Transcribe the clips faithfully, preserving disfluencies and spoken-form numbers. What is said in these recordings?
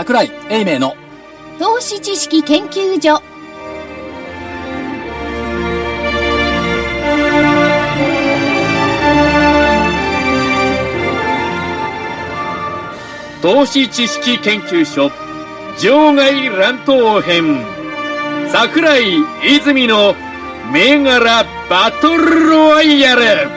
櫻井英明の投資知識研究所。 投資知識研究所場外乱闘編、櫻井泉の銘柄バトルロワイヤル。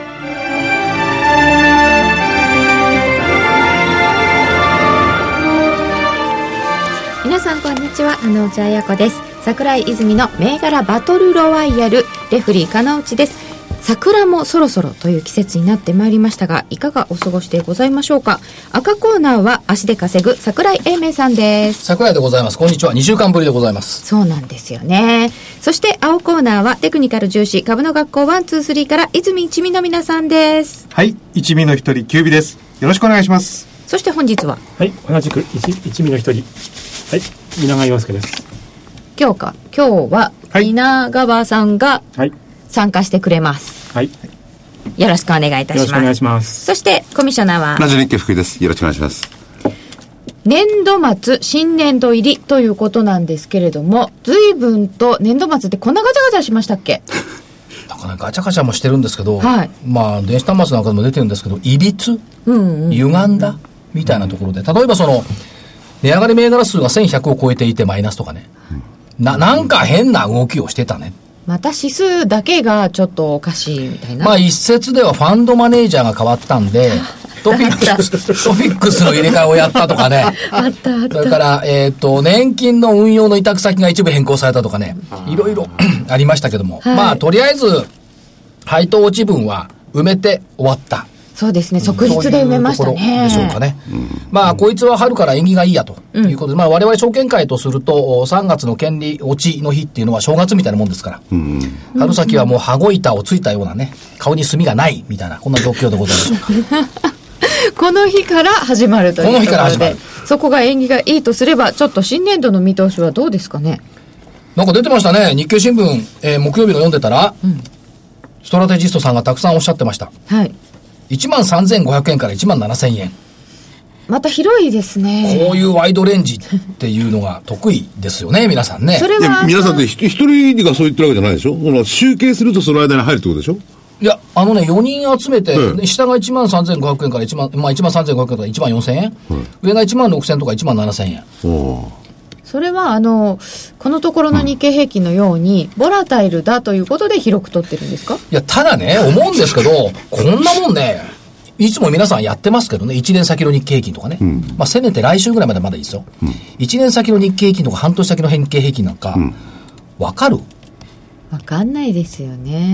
皆さんこんにちは、金内彩子です。櫻井泉の銘柄バトルロワイヤル、レフリー金内です。桜もそろそろという季節になってまいりましたが、いかがお過ごしでございましょうか。赤コーナーは足で稼ぐ櫻井英明さんです。 櫻井でございます。こんにちは。にしゅうかんぶりでございます。 そうなんですよね。そして青コーナーはテクニカル重視株の学校ワンツースリーから泉一味の皆さんです。 はい、一味の一人キュービです。よろしくお願いします。 そして本日は、 はい、同じく 一, 一味の一人、はい、皆川洋介です。 今日か今日は皆川さんが参加してくれます。 はい、 よろしくお願いいたします。 よろしくお願いします。 そしてコミッショナーはラジオ日経福井です。よろしくお願いします。 年度末新年度入りということなんですけれども、随分と年度末ってこんなガチャガチャしましたっけ？ だからガチャガチャもしてるんですけど、 はい、まあ電子端末なんかでも出てるんですけど、いびつ、うんうん、歪んだみたいなところで、例えばその値上がり銘柄数がせんひゃくを超えていてマイナスとかね、うん、な, なんか変な動きをしてたね。 また指数だけがちょっとおかしいみたいな。 まあ一説ではファンドマネージャーが変わったんでトピックストピックスの入れ替えをやったとかねあったあった。 それからえっ、ー、と年金の運用の委託先が一部変更されたとかね、いろいろありましたけども、はい、まあとりあえず配当落ち分は埋めて終わった。 そうですね、即日で埋めましたね。 そういうところでしょうかね。うん、まあ、こいつは春から縁起がいいやということで、うん、まあ、我々証券会とすると、さんがつの権利落ちの日っていうのは正月みたいなもんですから、うん、春先はもう羽子板をついたようなね、顔に墨がないみたいな、こんな状況でございましょうか。 この日から始まるというところで、この日から始まる。そこが縁起がいいとすれば、ちょっと新年度の見通しはどうですかね。 なんか出てましたね、日経新聞、えー、木曜日の読んでたら、うん、ストラテジストさんがたくさんおっしゃってました。 はい。 いちまんさんぜんごひゃくえんからいちまんななせんえん。 また広いですね。 こういうワイドレンジっていうのが得意ですよね、皆さんね。 それは皆さんって一人がそう言ってるわけじゃないでしょ。その集計するとその間に入るってことでしょ。 いや、あのね、よにん集めて、うん、下がいちまんさんぜんごひゃくえんから1万、まあいちまんさんぜんごひゃくえんからいちまんよんせんえん、うん、上がいちまんろくせんとかいちまんななせんえん。 おそれはあのこのところの日経平均のように、うん、ボラタイルだということで広く取ってるんですか？ いや、ただね、思うんですけどこんなもんね、いつも皆さんやってますけどね、いちねん先の日経平均とかね、うん、まあせめて来週ぐらいまでまだいいですよ、うん、いちねん先の日経平均とか半年先の日経平均なんか、うん、分かる？ 分かんないですよね、 うん、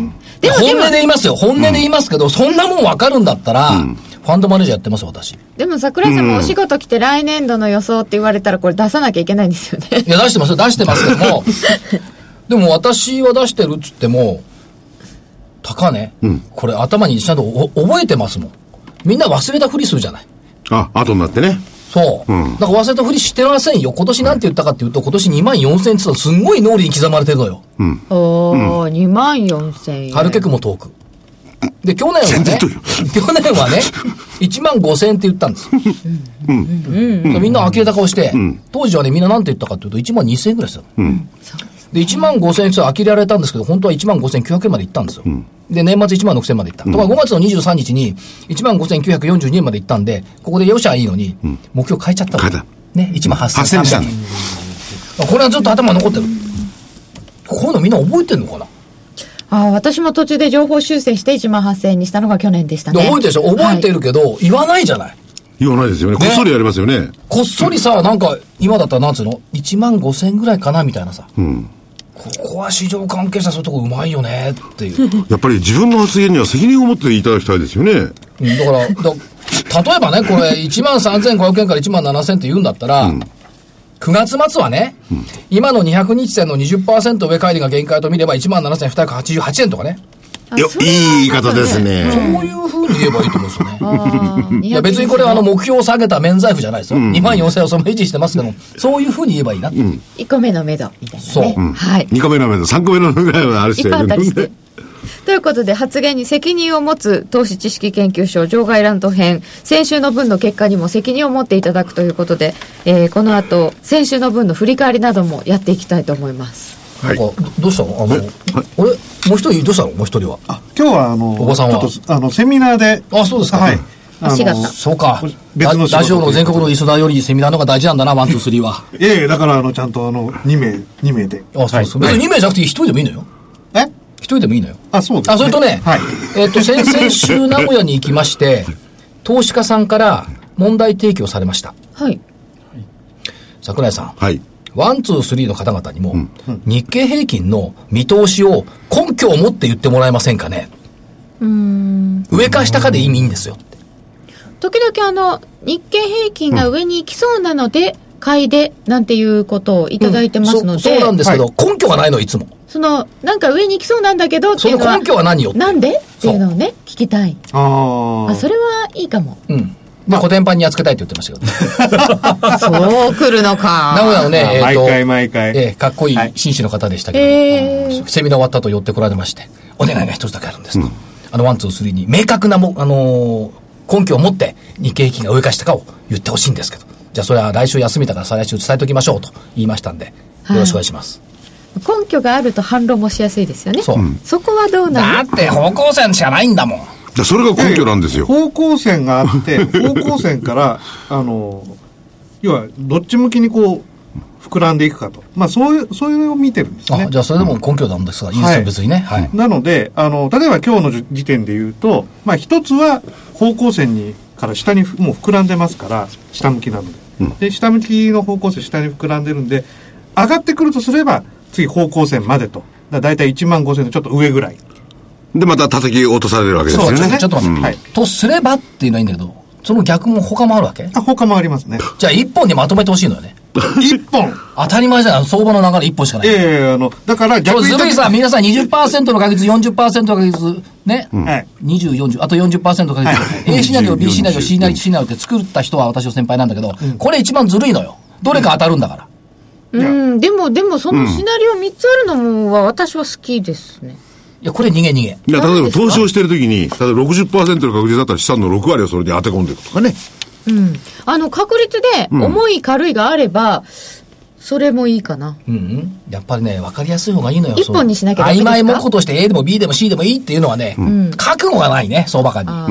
でも本音で言いますよ、本音で言いますけど、うん、そんなもん分かるんだったら、うん、ファンドマネージャーやってますよ、私。 でも桜井さんもお仕事来て来年度の予想って言われたらこれ出さなきゃいけないんですよね。 いや、出してますよ、出してますけどもでも私は出してるっつっても高値、うん、これ頭にちゃんと覚えてますもん。みんな忘れたふりするじゃない。 あ、後になってね。 そう、うん、だから忘れたふりしてませんよ。今年なんて言ったかっていうと、今年にまんよんせんえんって言ったらすんごい脳裏に刻まれてるのよ、 うん、おー、うん、にまんよんせんえん、 春結も遠くで、去年はね去年はねいちまんごせんえんって言ったんです、うんうんうん、みんな呆れた顔して、うん、当時はねみんななんて言ったかっていうといちまんにせんえんぐらいですよ、うん、でいちまんごせんえんって呆れられたんですけど、本当はいちまんごせんきゅうひゃくえんまで行ったんですよ、うん、で年末いちまんろくせんまで行った、うん、とかごがつのにじゅうさんにちにいちまんごせんきゅうひゃくよんじゅうにえんまで行ったんで、ここでよっしゃいいのに、うん、目標変えちゃったのね、いちまんはっせんさんびゃくえん、これはずっと頭に残ってる。こういうのみんな覚えてんのかな。 あ、私も途中で情報修正していちまんはっせんえんにしたのが去年でしたね。 覚えてるでしょ、覚えてるけど、はい、言わないじゃない。 言わないですよね。こっそりやりますよね。 こっそりさ、なんか今だったらなんつうのいちまんごせんぐらいかなみたいなさ、うん、ここは市場関係者そういうとこうまいよねっていうやっぱり自分の発言には責任を持っていただきたいですよね。 だからだ例えばね、これいちまんさんぜんごひゃくえんからいちまんななせんって言うんだったら、うん、くがつ末はね、うん、今のにひゃくにち線の にじゅっパーセント 上返りが限界と見れば いちまんななせんにひゃくはちじゅうはちえんとかね。 よ、いい言い方ですね。 そういう風に言えばいいと思うんですよね。いや別にこれはあの目標を下げた免罪符じゃないですよ、うん、にまんよんせんをその維持してますけど、そういう風に言えばいいなって、うん、 いっこめの目処みたいなね。 そう、うん、 はい、 にこめの目処、さんこめの目ぐらいはある人いるんで、 ということで発言に責任を持つ投資知識研究所場外乱闘編、先週の分の結果にも責任を持っていただくということで、えー、この後先週の分の振り返りなどもやっていきたいと思います。 はい、なんかどうしたのあの、はい、あれもう一人どうしたのもう一人は。 あ、今日はあのおばさんはちょっとあのセミナーで。 あ、そうですか。 はい。 あのそうか。 別のラジオの全国の磯田よりセミナーの方が大事なんだな、ワン、ツー、スリーは。 いやいや、だからあのちゃんとあのに名に名で。 あ、そうです。別にに名じゃなくて一人でもいいのよ。 え？ 一人でもいいのよ。 あ、そうですね。 あ、それとね、はい、えっと先々週名古屋に行きまして投資家さんから問題提起をされました。 はい。 櫻井さん。 はい。 ワン、ツー、スリーの方々にも、うんうん、日経平均の見通しを根拠を持って言ってもらえませんかね。 うーん。 上か下かで意味いいんですよ。 時々あの日経平均が上に行きそうなので、うん、買いでなんていうことをいただいてますので、うん、 そ, そうなんですけど、はい、根拠がないのいつも。 そのなんか上に行きそうなんだけどっていうのはその根拠は何よってなんでっていうのをね聞きたい。 ああ、それはいいかも。 うん。まあ古典版に扱いたいって言ってましたけど。 そう来るのか。 名古屋のね、えー、と毎回毎回、 えー、かっこいい紳士の方でしたけど、 えー、 セミナー終わった後寄ってこられまして、お願いが一つだけあるんですと。うん、あのワン、ツー、スリーに明確なもあのー、根拠を持って日経平均が上か下かを言ってほしいんですけど、じゃあそれは来週休みだから再来週伝えておきましょうと言いましたんで、よろしくお願いします。 はい、根拠があると反論もしやすいですよね。 そう、うん、 そこはどうなの？ だって方向線しかないんだもん。 じゃあそれが根拠なんですよ。 方向線があって方向線からあの要はどっち向きにこう膨らんでいくかと、まあそういうそういうのを見てるんですね。 あ、じゃあそれでも根拠なんですが、うん、いいですよ、はい、別にね。はい。 なのであの例えば今日の時点で言うと、まあ一つは方向線にから下にもう膨らんでますから下向きなので、うん、で下向きの方向線下に膨らんでるんで上がってくるとすれば次方向線までとだだいたいいちまんごせんのちょっと上ぐらいでまた叩き落とされるわけですよね。 そう、ちょっと待って、うん、はい、とすればっていうのはいいんだけど、その逆も他もあるわけ？ あ、他もありますね。 じゃあ一本にまとめてほしいのよね。 一本当たり前じゃない、相場の流れ一本しかない。 ええー、あのだから逆にずるいさ、皆さん にじゅっパーセント の確率 よんじゅっパーセント の確率ね、うん、にじゅう、よんじゅうあと よんじゅっパーセント の確率、はい、A シナリオ B シナリオ C シナリオ C ナリオって作った人は私の先輩なんだけど、うん、これ一番ずるいのよ。どれか当たるんだから。 うん、でもでもそのシナリオみっつあるのもは私は好きですね。 いや、これ逃げ逃げ。いや、例えば投資をしてるときに、例えば ろくじゅっパーセント の確率だったら資産のろく割をそれで当て込んでいくとかね。 うん。あの、確率で重い軽いがあれば、うん、それもいいかな。 うん、うん。やっぱりね、分かりやすい方がいいのよ。 一本にしなきゃダメですか？ 曖昧目標として A でも B でも C でもいいっていうのはね、うん、覚悟がないね、相場感に。 うん。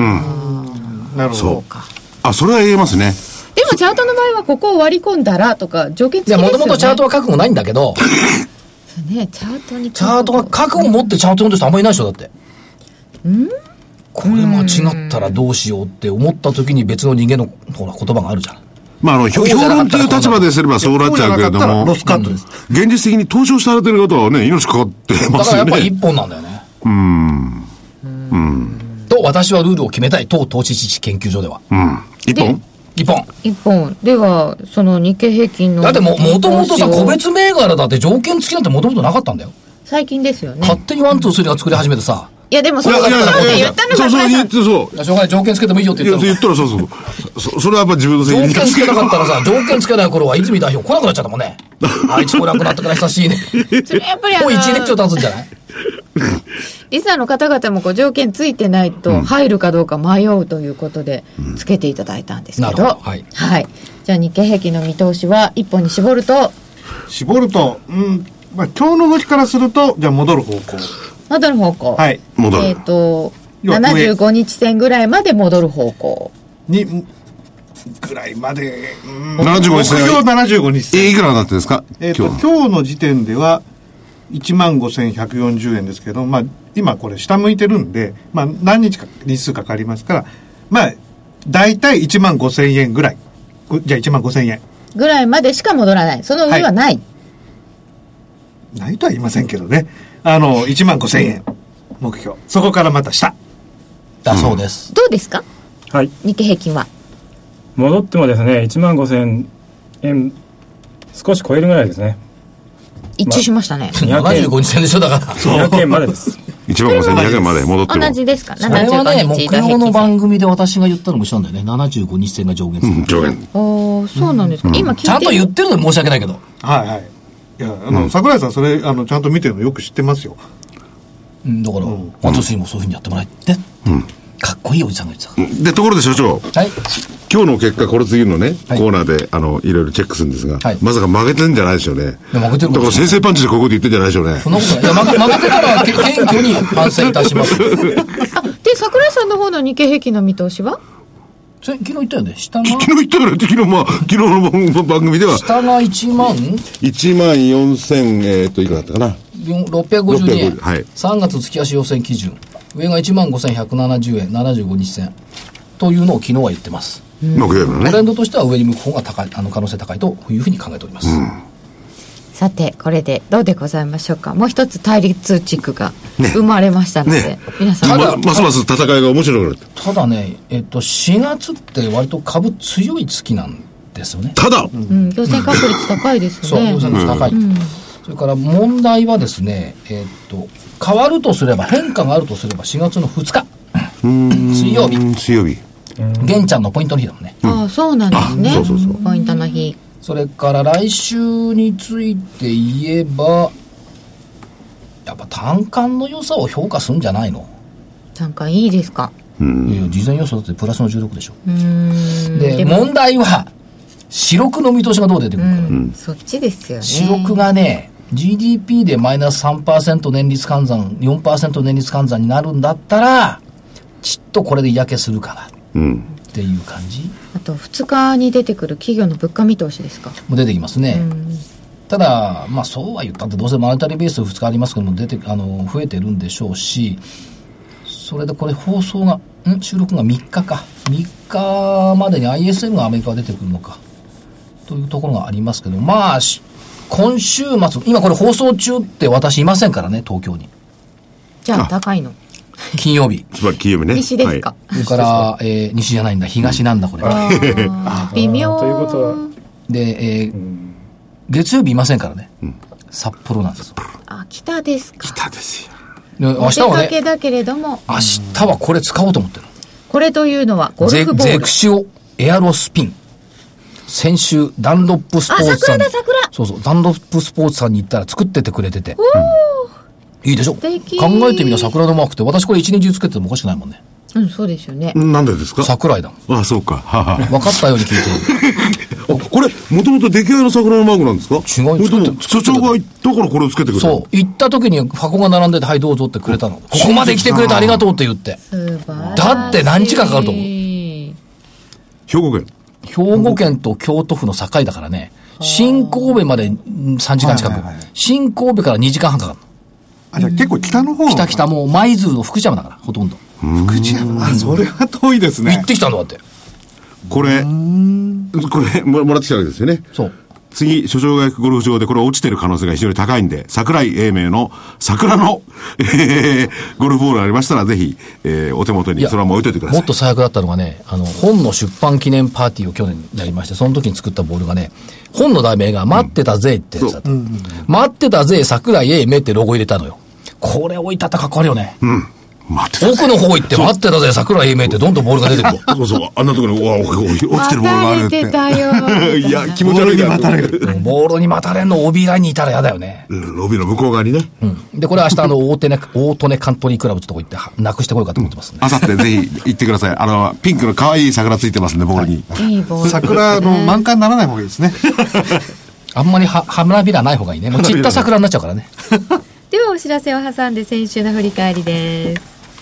なるほど。 そうか。あ、それは言えますね。 でもチャートの場合はここを割り込んだらとか条件付きですよね。いや、 もともとチャートは覚悟ないんだけど、 ね、チャートにチャートが覚悟持ってチャート読んでる人あんまりいないでしょ、だって。 んこれ間違ったらどうしようって思った時に別の人間のほら言葉があるじゃん。 まあ、あの、評論という立場ですればそうなっちゃうけれども、 ロスカットです。 現実的に投資をされてる方はね、命かかってますよね。 だからやっぱり一本なんだよね。 うーん。うん。 と、私はルールを決めたい、当投資知識研究所では。 うん。一本一本。 一本。では、その日経平均の。 だっても、もともとさ、個別銘柄だって条件付きなんてもともとなかったんだよ。 最近ですよね。 勝手にワン、ツー、スリーが作り始めてさ。 いや、でもそうだったらって言ったのがそうそう、言ってそう。 しょうがない、条件付けてもいいよって言ったの。 言ったらそうそう。そ, それはやっぱ自分の責任。 条件付けなかったらさ、条件付けない頃は泉代表来なくなっちゃったもんね。あいつ来なくなったから久しいね。 それやっぱりあの。 もう一年以上経つんじゃない？ リスナーの方々もこう条件ついてないと入るかどうか迷うということでつけていただいたんですけど、うん、 はい、 はい、じゃあ日経平均の見通しは一本に絞ると絞ると、うんまあ、今日の動きからするとじゃあ戻る方向戻る方向はい戻るえっ、ー、とななじゅうごにち線ぐらいまで戻る方向にぐらいまで、うん、 ななじゅうごにち線ななじゅうごにち線いくらになってるんですか？ えっ、ー、と今日今日の時点ではいちまんごせんひゃくよんじゅうえんですけど、まあ、今これ下向いてるんで、まあ、何日か日数かかりますから、まあ、大体いちまんごせんえんぐらい。じゃあいちまんごせんえん。 ぐらいまでしか戻らない。その上はない。はい、 ないとは言いませんけどね。あの、いちまんごせんえん目標。そこからまた下。 だそうです。 どうですか？ はい。 日経平均は。 戻ってもですね、いちまんごせんえん少し超えるぐらいですね。 一致しましたね。 ななじゅうごにち線でしょ、だから。 にひゃくえんまでです。 いちまんごせんにひゃくえんまで戻っても。 同じですか？ それはね、木曜の番組で私が言ったのも一緒なんだよね。ななじゅうごにち線が上限です、 うん、上限。 ああ、そうなんですか。うん、今聞いてちゃんと言ってるのに申し訳ないけど。 はいはい。いや、あの、うん、桜井さん、それ、あの、ちゃんと見てるのよく知ってますよ。 うん、だから、うん、私にもそういうふうにやってもらえて、うん、かっこいいおじさんが言ってた。 で、ところで所長。 はい。 今日の結果、これ次のね、はい、コーナーで、あの、いろいろチェックするんですが、はい、まさか負けてるんじゃないでしょうね。 いや、負けてるだから先制パンチでここで言ってんじゃないでしょうね。 そんなことない。いや、負け、負けてたら、謙虚に反省いたします。あ、 で、桜井さんの方の日経平均の見通しは昨日言ったよね。下が。 昨日言ったからって、昨日、まあ、昨日の番組では。 下がいちまん ? いちまんよんせん、えーっと、いくらだったかな。 ろっぴゃくごじゅうにえん。 はい。 さんがつ月足要請基準。上が いちまんごせんひゃくななじゅうえん、ななじゅうごにち線。というのを昨日は言ってます。 木曜日のね。 トレンドとしては上に向く方が高い、あの可能性高いというふうに考えております。うん、 さて、これでどうでございましょうか。もう一つ対立地区が生まれましたので、ねね、皆さん、 ま、ますます戦いが面白くなる。 ただね、えっと、しがつって割と株強い月なんですよね。 ただ、 うん、陽性確率高いですよね。 そう、陽性確率高い。うん、それから問題はですね、えっと、変わるとすれば、変化があるとすればしがつのふつか。水曜日。 水曜日。 玄ちゃんのポイントの日だもんね。 ああ、そうなんですね。そうそうそう。ポイントの日。 それから来週について言えば、やっぱ単管の良さを評価するんじゃないの？ 単管いいですか？ うん。いや、事前予想だってプラスのじゅうろくでしょ。うーん。で、で問題は、四六の見通しがどう出てくるか。うん。 そっちですよね。 四六がね、ジーディーピー でマイナス さんパーセント 年率換算、よんパーセント 年率換算になるんだったら、ちっとこれで嫌気するかな。うん。っていう感じ。 あとふつかに出てくる企業の物価見通しですか？ もう出てきますね。ただ、まあそうは言ったってどうせマネタリーベースふつかありますけども出てあの増えてるんでしょうし、それでこれ放送がん収録がみっかかみっかまでに アイエスエム がアメリカは出てくるのかというところがありますけど、まあ今週末今これ放送中って私いませんからね東京に。 じゃあ高いの。 金曜日。 つまり金曜日ね。 西ですか。 それから、えー、西じゃないんだ、東なんだ、これ。 微妙。 ということは。 で、えーうん、月曜日いませんからね。うん、札幌なんですよ。 あ、北ですか。 北ですよ。 明日はね。 お出かけだけれども。 明日はこれ使おうと思ってる。 これというのは、ゴルフボール。 ゼクシオエアロスピン。先週、ダンロップスポーツさん。あ、 桜だ、桜。 そうそう、ダンロップスポーツさんに行ったら作っててくれてて。 おー。 うんいいでしょ。考えてみな桜のマークって私これ一年中つけててもおかしくないもんね。 うん、そうですよね。 なんでですか？ 桜井だもん。 ああ、そうか。はは分かったように聞いてる。これ、もともと出来合いの桜のマークなんですか？ 違う。 でも、所長が行ったからこれをつけてくれた。 そう。行った時に箱が並んでて、はい、どうぞってくれたの。ここまで来てくれてありがとうって言って。だって何時間かかると思う。兵庫県。 兵庫県と京都府の境だからね。新神戸までさんじかん近く。新神戸からにじかんはんかかるの。 あ、じゃあ結構北の方北北もう舞鶴の福知山だからほとんど福知山、あ、それは遠いですね。 行ってきたんだってこれこれもらってきたわけですよね。 そう次所長が行くゴルフ場でこれ落ちてる可能性が非常に高いんで桜井英明の桜の、えー、ゴルフボールありましたらぜひ、えー、お手元にそのまま置いといてください。 もっと最悪だったのがねあの本の出版記念パーティーを去年やりましてその時に作ったボールがね本の題名が待ってたぜってやつだった、うん、待ってたぜ桜井英明ってロゴ入れたのよ。これ置いてあったらかっこ悪いよね。うん。待ってた奥の方行って待ってたぜ桜井英明ってどんどんボールが出てくる。 そうそう。あんなところにうわ落ちてるボールがあるって。 待たれてたよ。 いや気持ち悪いから。 ボールに待たれる。ボールに待たれんの オービー ラインにいたら嫌だよね。 うん。ロビーの向こう側にね。 うん。でこれ明日あの大手ね大利根カントリークラブってとこ行ってなくしてこようかと思ってますね。 あさってぜひ行ってください。あのピンクの可愛い桜ついてますんでボールに。 いいボール。 桜の満開にならない方がいいですね。 あんまりは花びらない方がいいね。もう散った桜になっちゃうからね。 ではお知らせを挟んで先週の振り返りです。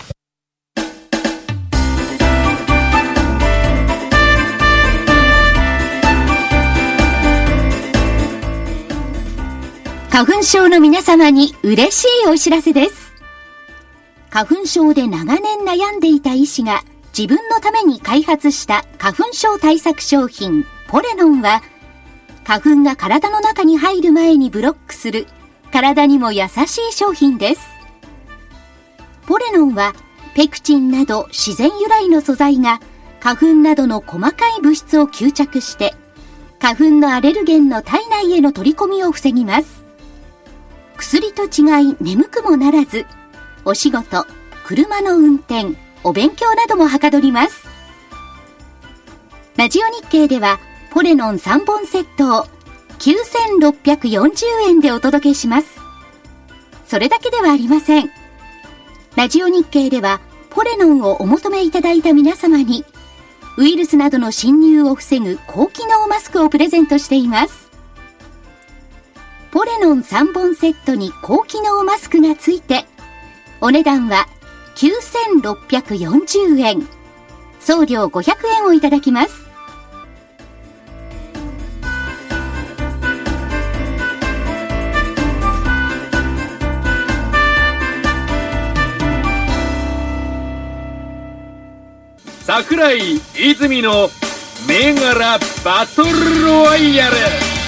花粉症の皆様に嬉しいお知らせです。花粉症で長年悩んでいた医師が自分のために開発した花粉症対策商品ポレノンは花粉が体の中に入る前にブロックする体にも優しい商品です。ポレノンはペクチンなど自然由来の素材が花粉などの細かい物質を吸着して花粉のアレルゲンの体内への取り込みを防ぎます。薬と違い眠くもならずお仕事、車の運転、お勉強などもはかどります。ラジオ日経ではポレノンさんぼんセットをきゅうせんろっぴゃくよんじゅうえんでお届けします。それだけではありません。 ラジオ日経ではポレノンをお求めいただいた皆様にウイルスなどの侵入を防ぐ高機能マスクをプレゼントしています。ポレノンさんぼんセットに高機能マスクがついてお値段はきゅうせんろっぴゃくよんじゅうえん、送料ごひゃくえんをいただきます。 桜井泉の銘柄バトルロワイヤル。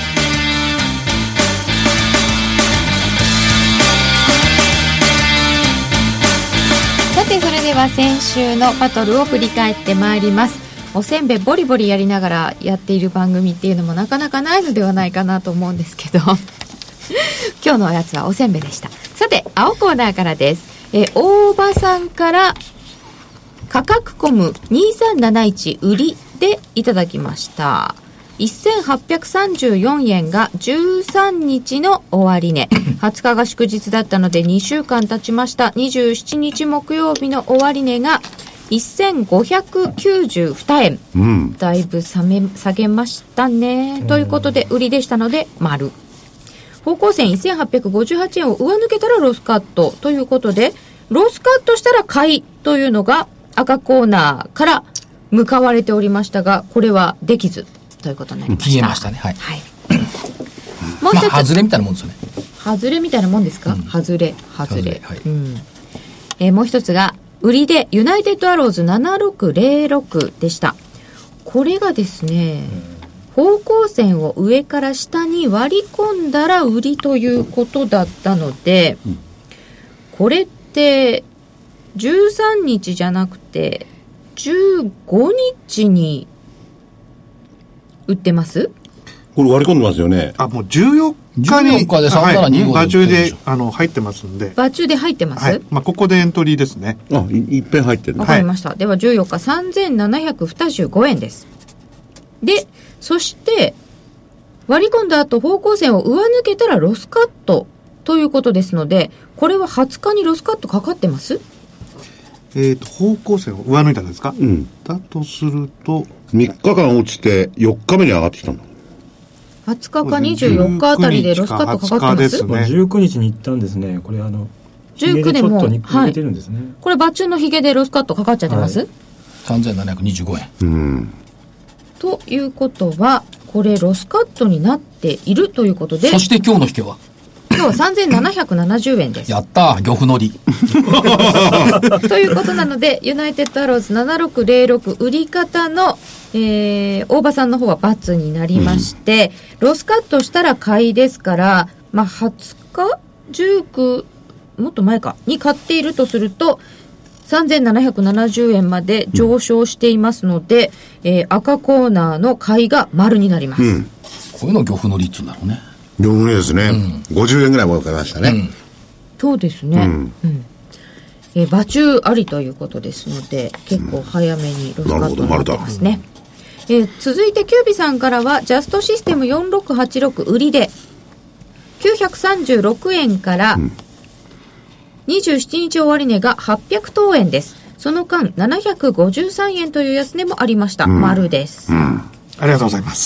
さてそれでは先週のバトルを振り返ってまいります。おせんべいボリボリやりながらやっている番組っていうのもなかなかないのではないかなと思うんですけど今日のおやつはおせんべいでした。さて青コーナーからです。え大場さんから価格コムにさんなないち売りでいただきました。せんはっぴゃくさんじゅうよんえんがじゅうさんにちの終値はつかが祝日だったのでにしゅうかん経ちました。にじゅうしちにち木曜日の終値がせんごひゃくきゅうじゅうにえん、うん、だいぶ下げ、下げましたね、うん、ということで売りでしたので丸。方向線せんはっぴゃくごじゅうはちえんを上抜けたらロスカットということで、ロスカットしたら買いというのが赤コーナーから向かわれておりましたが、これはできずということになりました。 消えましたね。はい。はい、 もう一つ、 まあ、外れみたいなもんですよね。 外れみたいなもんですか？うん、外れ、外れ。外れ、はい。うん。えー、もう一つが売りでユナイテッドアローズななろくぜろろくでした。これがですね、方向線を上から下に割り込んだら売りということだったので、うん、これってじゅうさんにちじゃなくてじゅうごにちに売ってます？ これ割り込んでますよね。 あ、もうじゅうよっかにじゅうよっかでさんななにごで場中であの入ってますんで。 場中で入ってます、はい、 まあ、ここでエントリーですね。 あ、い, いっぺん入ってるね。 わかりました、はい、ではじゅうよっかさんぜんななひゃくにじゅうごえんです。でそして割り込んだ後方向線を上抜けたらロスカットということですので、これははつかにロスカットかかってます？ えー、と方向線を上抜いたんですか、うん、だとするとみっかかん落ちてよっかめに上がってきたの。 はつかかにじゅうよっかあたりでロスカットかかってます？ ね、じゅうくにちに行ったんですね。これあのじゅうくでもちょっとに入れてるんですね、はい、 これバッチュのヒゲでロスカットかかっちゃってます、はい、 さんぜんななひゃくにじゅうごえん、うん、 ということはこれロスカットになっているということで、 そして今日の引けは今日はさんぜんななひゃくななじゅうえんです。 やったー、漁夫のりということなのでユナイテッドアローズななろくぜろろく売り方の、えー、大場さんの方は×になりまして、うん、ロスカットしたら買いですから、まあ、はつかじゅうくもっと前かに買っているとするとさんぜんななひゃくななじゅうえんまで上昇していますので、うん、えー、赤コーナーの買いが丸になります、うん、 こういうの漁夫のりっていうんだろうね。 漁夫のりですね、うん、ごじゅうえんぐらい儲かりましたね、うん、 そうですね、うんうん、えー、場中ありということですので結構早めにロスカットになってますね、うん、えー、続いてキュービさんからはジャストシステムよんろくはちろく売りできゅうひゃくさんじゅうろくえんから、うん、にじゅうしちにち終値がはっぴゃくとうえんです。その間ななひゃくごじゅうさんえんという安値もありました、うん、丸です、うん、 ありがとうございます。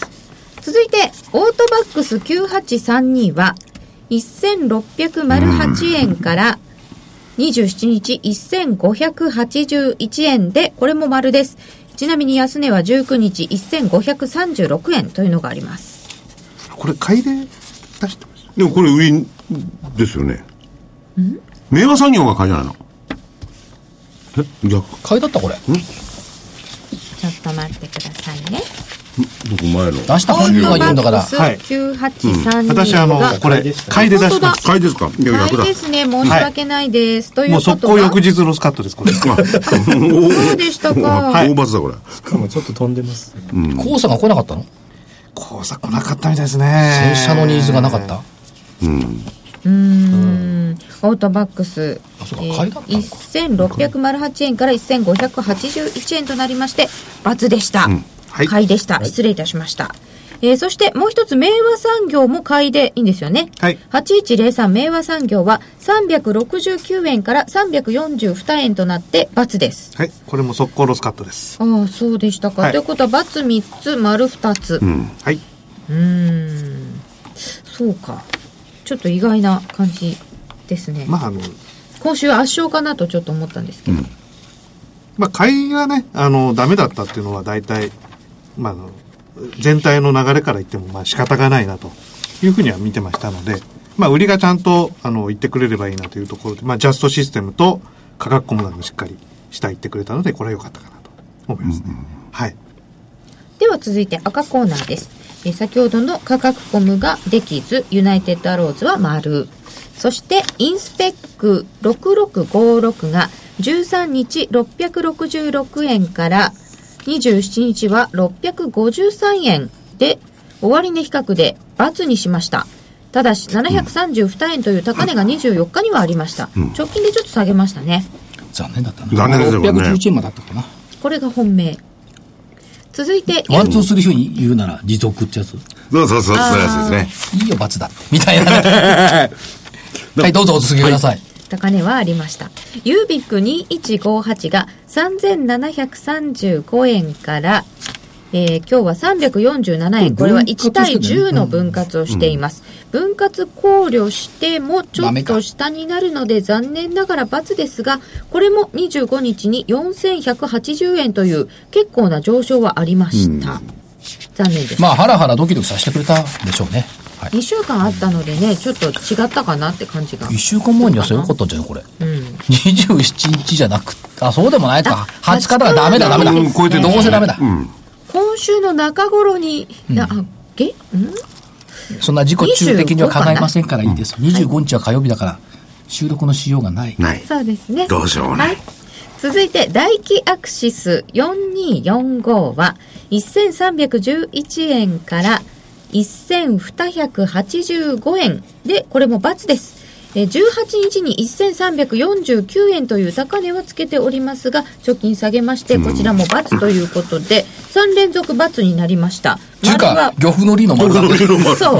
続いてオートバックスきゅうはちさんにはせんろっぴゃくはちえんからにじゅうしちにちせんごひゃくはちじゅういちえんでこれも丸です。ちなみに安値はじゅうくにちせんごひゃくさんじゅうろくえんというのがあります。 これ買いで出してます。 でもこれ売りですよね。ん銘和産業が買いじゃないの？え逆買いだったこれ。んちょっと待ってくださいね。 僕前の出した本人が言うんだから。 はい。きゅうはちさんにが、 うん、私あのこれ買いで出します。 買いですか？いや買いですね。申し訳ないです。はい、ということはもう速攻翌日ロスカットですこれ。そうでしたか。 はい、大罰だこれ。 しかもちょっと飛んでます。 うん、黄砂が来なかったの？ 黄砂来なかったみたいですね。 洗車のニーズがなかった。 うん。 うーん。オートバックス、えー、せんろっぴゃくはちえんからせんごひゃくはちじゅういちえんとなりまして×でした、うん、はい、買いでした、失礼いたしました。 えー、そしてもう一つ、明和産業も買いでいいんですよね。 はい。 はちいちぜろさん明和産業はさんびゃくろくじゅうきゅうえんからさんびゃくよんじゅうにえんとなって×です。 はい。これも速攻ロスカットです。 ああ、そうでしたか。はい、ということは×みっつ、丸ふたつ。 うん。はい。 うーん。そうか。ちょっと意外な感じですね。 まあ、あの、 今週圧勝かなとちょっと思ったんですけど。うん、 まあ、買いがね、あの、ダメだったっていうのは大体、まあ、あの、全体の流れから言っても、まあ、仕方がないなというふうには見てましたので、まあ、売りがちゃんと、あの、言ってくれればいいなというところで、まあ、ジャストシステムと価格コムダムしっかり下言ってくれたので、これは良かったかなと思いますね。うん、はい。 では続いて赤コーナーです。え先ほどの価格コムができず、ユナイテッドアローズは丸。そして、インスペックろくろくごろくがじゅうさんにちろっぴゃくろくじゅうろくえんからにじゅうしちにちはろっぴゃくごじゅうさんえんで、終値比較で×にしました。ただし、ななひゃくさんじゅうにえんという高値がにじゅうよっかにはありました。うん、直近でちょっと下げましたね。 残念だったな。 残念ですよね。 ろっぴゃくじゅういちえんまでだったかな。 これが本命。続いて、 ワンツースリーふうに言うなら持続ってやつ。 そうそうそう、そういうやつですね。いいよ、×だって。みたいなね。はい、どうぞお続きください。はい、 高値はありました。ユービックにいちごはちがさんぜんななひゃくさんじゅうごえんから、えー、今日はさんびゃくよんじゅうななえん。これはいち対じゅうの分割をしています。うん、分割考慮してもちょっと下になるので残念ながら×ですが、これもにじゅうごにちによんせんひゃくはちじゅうえんという結構な上昇はありました。うん、残念です。 まあハラハラドキドキさせてくれたでしょうね。 はい、にしゅうかんあったのでね、ちょっと違ったかなって感じが。 いっしゅうかんまえにはそれよかったんじゃないこれ。うん。にじゅうしちにちじゃなく、あ、そうでもないか。はつかだからダメだ、ダメだ。超えてどうせダメだ。うん、 今週の中頃に、うん、あ、げ、んそんな自己中的には考えませんからいいです。にじゅうごにちは火曜日だから、収録のしようがない。 ない。 そうですね。 どうしようもない。はい、 続いて、ダイキアクシスよんにーよんごは、せんさんびゃくじゅういちえんから、せんにひゃくはちじゅうごえんで、これも×です。えじゅうはちにちにせんさんびゃくよんじゅうきゅうえんという高値はつけておりますが、貯金下げまして、こちらも×ということで、さんれんぞく×になりました。 丸は漁夫の利の丸だね。 そう。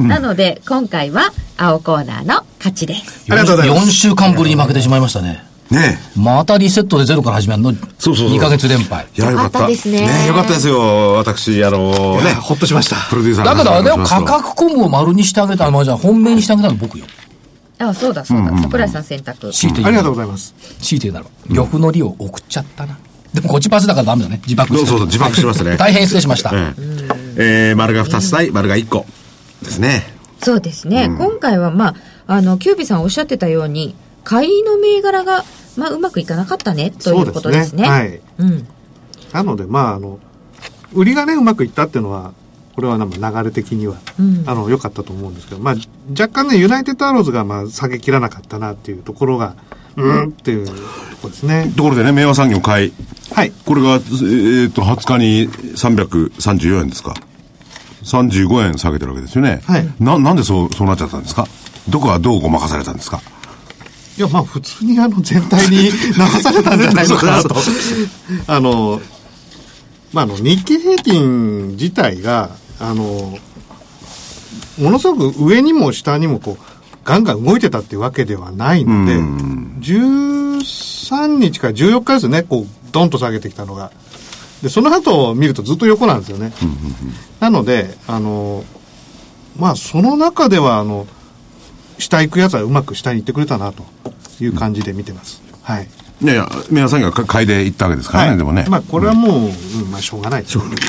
なので、今回は青コーナーの勝ちです。 ありがとうございます。よんしゅうかんぶりに負けてしまいましたね。 ねえ。 またリセットでゼロから始めるの。そうそうそう。にかげつ連敗。 いや、よかった。 ですね。 ねえ、よかったですよ。私、あのー、ね。 ほっとしました。 プロデューサーだけど、あれを価格コムを丸にしてあげたのは、じゃあ本命にしてあげたの僕よ。 あ、そうだそうだ。桜井さん選択。 ありがとうございます。 強いて言うなら、漁夫の利を送っちゃったな。でもこっちパスだからダメだね。自爆して。 そうそう、自爆しましたね。 大変失礼しました。 えー、丸がふたつ対丸がいっこですね。 そうですね。今回は、まあ、あの、キュービさんおっしゃってたように、買いの銘柄が、まあ、うまくいかなかったねということですね。 はい。うん。なので、まあ、あの、売りがね、うまくいったっていうのは、これはなんか流れ的には、うん、あの、良かったと思うんですけど、まあ、若干ね、ユナイテッドアローズが、まあ、下げきらなかったなっていうところが、うんっていうところですね。 ところでね、明和産業買い。 はい。 これが、えー、っと、はつかにさんびゃくさんじゅうよえんですか。さんじゅうごえん下げてるわけですよね。はい。な、なんでそう、そうなっちゃったんですか？どこがどうごまかされたんですか？ いや、まあ、普通にあの、全体に流されたんじゃないのかなと。あの、まあ、あの、日経平均自体が、あの、ものすごく上にも下にもこう、ガンガン動いてたっていうわけではないので、じゅうさんにちからじゅうよっかですね、こう、ドンと下げてきたのが。で、その後を見るとずっと横なんですよね。なので、あの、まあ、その中では、あの、下行くやつはうまく下に行ってくれたなという感じで見てます。うん、はい。 いやいや、皆さんが買いで行ったわけですからね、はい、でもね。 まあ、これはもう、うん、まあ、しょうがないでしょうね。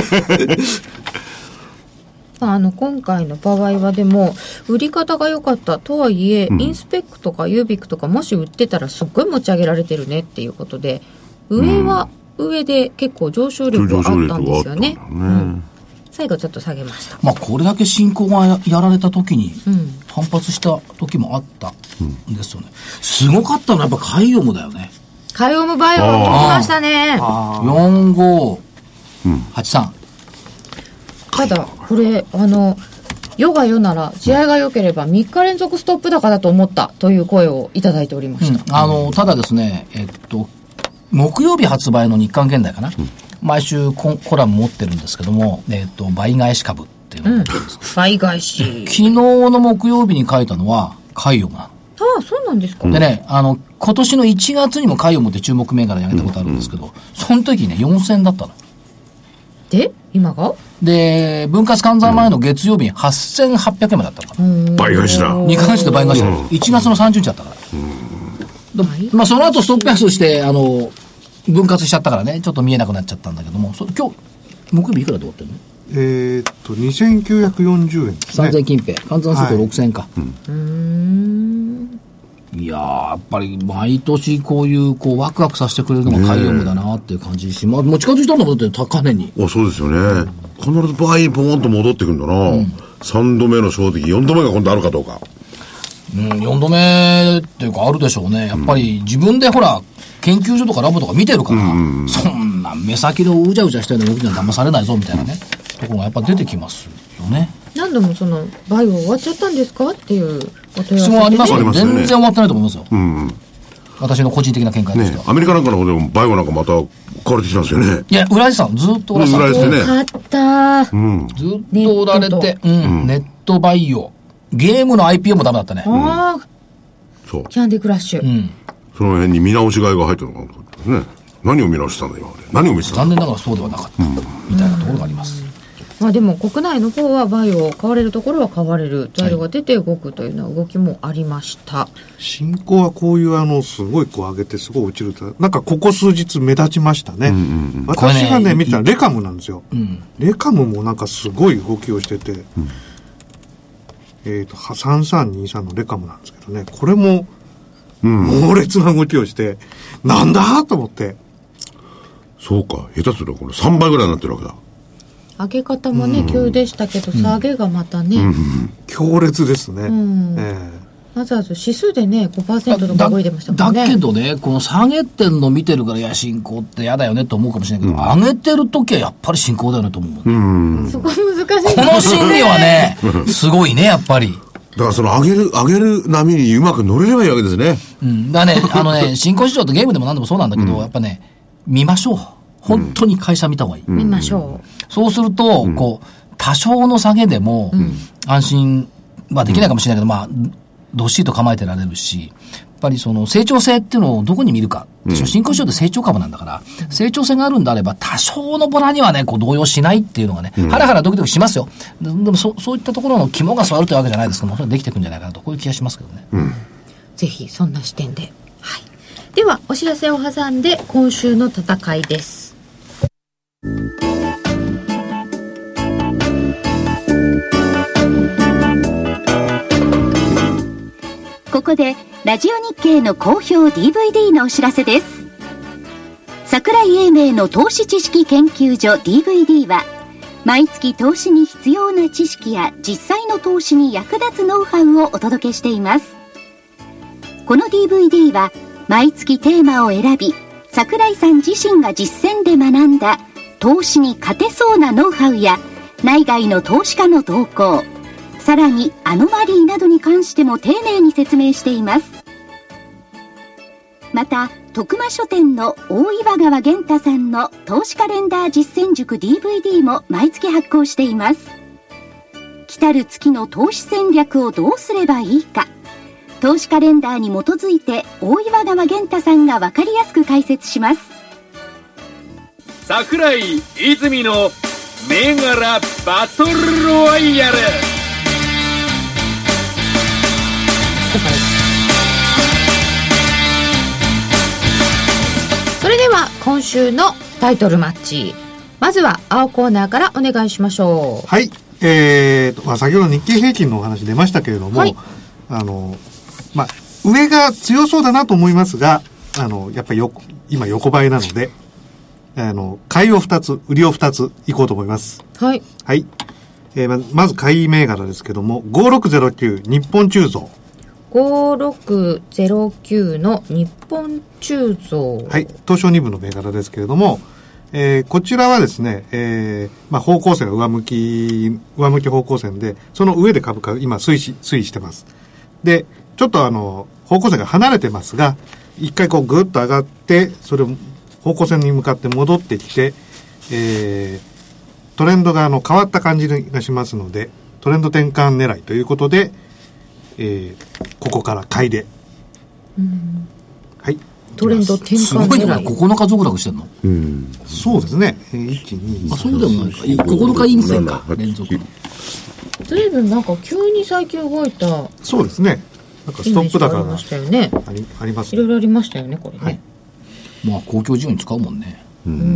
あの今回の場合はでも売り方が良かったとはいえ、うん、インスペックとかユービックとかもし売ってたらすっごい持ち上げられてるねっていうことで、上は上で結構上昇力があったんですよね。うん、最後ちょっと下げました。 まあこれだけ進行が や, やられた時に反発した時もあったんですよね。すごかったのはやっぱカイオムだよね。 カイオムバイオも来ましたね。 よんごはちさん。 ただこれあの世が世なら試合が良ければみっか連続ストップ高だと思ったという声をいただいておりました。 うん、あのただですね、えっと木曜日発売の日刊現代かな、うん、 毎週ココラム持ってるんですけども、えっと、倍返し株っていうのを持ってるんです、 うん、倍返し。 昨日の木曜日に書いたのは、カイオムなの。 ああ、そうなんですか。 でね、あの、今年のいちがつにもカイオムって注目銘柄に挙げたことあるんですけど、うんうん、その時ね、よんせんだったの。 で、今がで、分割換算前の月曜日にはっせんはっぴゃくえんまでだったのかな。 倍返しだ。 にかげつで倍返しだ。いちがつのさんじゅうにちだったから。まあ、その後ストップ安して、あの、分割しちゃったからね、ちょっと見えなくなっちゃったんだけども、そ今日、木曜日いくらで終わってるの？ えー、っと、にせんきゅうひゃくよんじゅうえんですね。 さんぜん近辺。換算するとろくせんえんか。 はい、うん。 いやー、やっぱり毎年こういう、こう、ワクワクさせてくれるのがカイオムだなっていう感じし、まあ、もう近づいたんだもんだって、高値に。 あ、そうですよね。必ず倍にポーンと戻ってくるんだな。うん、さんどめの衝撃、よんどめが今度あるかどうか。 うん、よんどめっていうかあるでしょうね。やっぱり自分でほら、研究所とかラボとか見てるから、うんうん、そんな目先のうじゃうじゃしたような動きには騙されないぞみたいなね、ところがやっぱ出てきますよね。 何度もその、バイオ終わっちゃったんですかっていうお問い合わせ、ね、 質問ありますよね。全然終わってないと思いますよ。うんうん、私の個人的な見解としては、 ね、アメリカなんかの方でもバイオなんかまた買われてきたんですよね。 いや、浦井さん、ずっと浦井さん。 浦井さんね。 よかった、 うん。ずっと売られて、うん、ネットバイオ。ゲームの アイピーオー もダメだったね。 ああ、 うん。そう。 キャンディクラッシュ。うん。 その辺に見直し買いが入ったのかなね。何を見直したんだ今まで。何を見せた残念ながらそうではなかった、うん、みたいなところがあります。 まあ、でも国内の方はバイオを買われるところは買われる、材料が出て動くというような動きもありました。はい、 新興はこういうあのすごいこう上げてすごい落ちるとなんかここ数日目立ちましたね。うんうんうん、私がね見たらレカムなんですよ。うん、レカムもなんかすごい動きをしてて、うん、えっとさんさんにさんのレカムなんですけどね、これも猛烈な動きをして、うん、なんだと思って。 そうか、下手するとこれさんばいぐらいになってるわけだ。 上げ方もね、うん、急でしたけど、下げがまたね、うんうん、 強烈ですね。うんえー、わざわざ指数でね ごパーセント とか動いてましたもんね。 だけどね、この下げてんの見てるからいや進行って嫌だよねと思うかもしれないけど、うん、上げてる時はやっぱり進行だよねと思う、 うん、そこ難しいですね。 この心理はねすごいねやっぱり。 だからその上げる上げる波にうまく乗れればいいわけですね。 うん、だからねあのね新興市場とゲームでも何でもそうなんだけど、うん、やっぱね見ましょう。本当に会社見た方がいい。 うん、見ましょう。そうすると、うん、こう、多少の下げでも、うん、安心はできないかもしれないけど、うん、まあ、どっしりと構えてられるし、やっぱりその成長性っていうのをどこに見るか。うん、新興市場って成長株なんだから、うん、成長性があるんであれば、多少のボラにはね、こう動揺しないっていうのがね、うん、ハラハラドキドキしますよ。で, でもそ、そういったところの肝が据わるというわけじゃないですけども、それはできていくんじゃないかなと、こういう気がしますけどね。うん、 ぜひ、そんな視点で。はい。では、お知らせを挟んで、今週の戦いです。 ここでラジオ日経の好評 ディーブイディー のお知らせです。桜井英明の投資知識研究所 ディーブイディー は毎月投資に必要な知識や実際の投資に役立つノウハウをお届けしています。この ディーブイディー は毎月テーマを選び、桜井さん自身が実践で学んだ投資に勝てそうなノウハウや内外の投資家の動向、さらにアノマリーなどに関しても丁寧に説明しています。また徳間書店の大岩川源太さんの投資カレンダー実践塾 ディーブイディー も毎月発行しています。来たる月の投資戦略をどうすればいいか、投資カレンダーに基づいて大岩川源太さんが分かりやすく解説します。 桜井泉の銘柄バトルロワイヤル。 それでは今週のタイトルマッチ、まずは青コーナーからお願いしましょう。 はい、えーとまあ、先ほど日経平均のお話出ましたけれども、はい、あのまあ、上が強そうだなと思いますが、あのやっぱりよ今横ばいなので、あの買いをふたつ売りをふたついこうと思います。 はい、 はい、えー、ま, まず買い銘柄ですけどもごろくゼロきゅう日本鋳造、 ごろくゼロきゅうの日本鋳造、 はい、東証に部の銘柄ですけれども、えー、こちらはですね、えーまあ、方向性が上向き上向き方向線で、その上で株価今推移推移してます。でちょっとあの方向線が離れてますが、一回こうぐっと上がって、それを方向線に向かって戻ってきて、 えー、トレンドがあの変わった感じがしますので、トレンド転換狙いということで、えー、ここから買いで、うん、はい、 トレンド転換狙い。 すごいね、ここのか続落してんの。 うん、そうですね。えー、いち、に、 あ、そうでもないか。ここのか陰線か、連続の。 ずいぶんなんか急に最近動いた。 そうですね。なんかストップ高がありましたよね。あり、あります、ね。 いろいろありましたよね、これね。はい、 まあ公共事業に使うもんね。 うん。うん、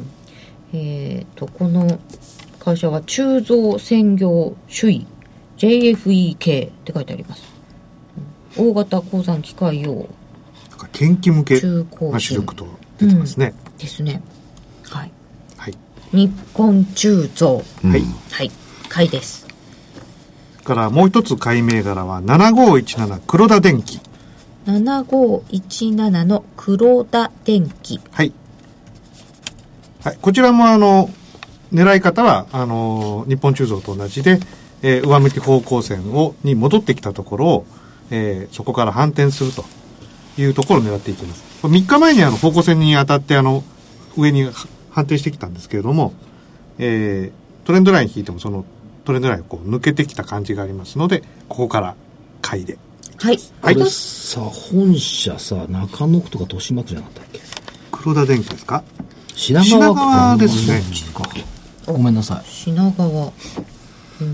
えっ、ー、とこの会社は鋳造専業首位 ジェイエフイーケー って書いてあります。大型鉱山機械用。 なんか研究向けが主力と出てますね。 うん、ですね。はい。 はい。 日本鋳造。 はい。 はい。買いです。 からもう一つ買い銘柄はななごーいちなな黒田電機。 ななごーいちななの黒田電機。 はい。はい。こちらもあの、狙い方は、あの、日本鋳造と同じで、えー、上向き方向線を、に戻ってきたところを、えー、そこから反転するというところを狙っていきます。みっかまえにあの、方向線に当たって、あの、上に反転してきたんですけれども、えー、トレンドライン引いてもその、トレンドラインをこう抜けてきた感じがありますので、ここから買いで。 はい。 これさ、本社さ、中野区とか豊島区じゃなかったっけ？ 黒田電機ですか？ 品川品川ですね。 ごめんなさい。 品川。うん、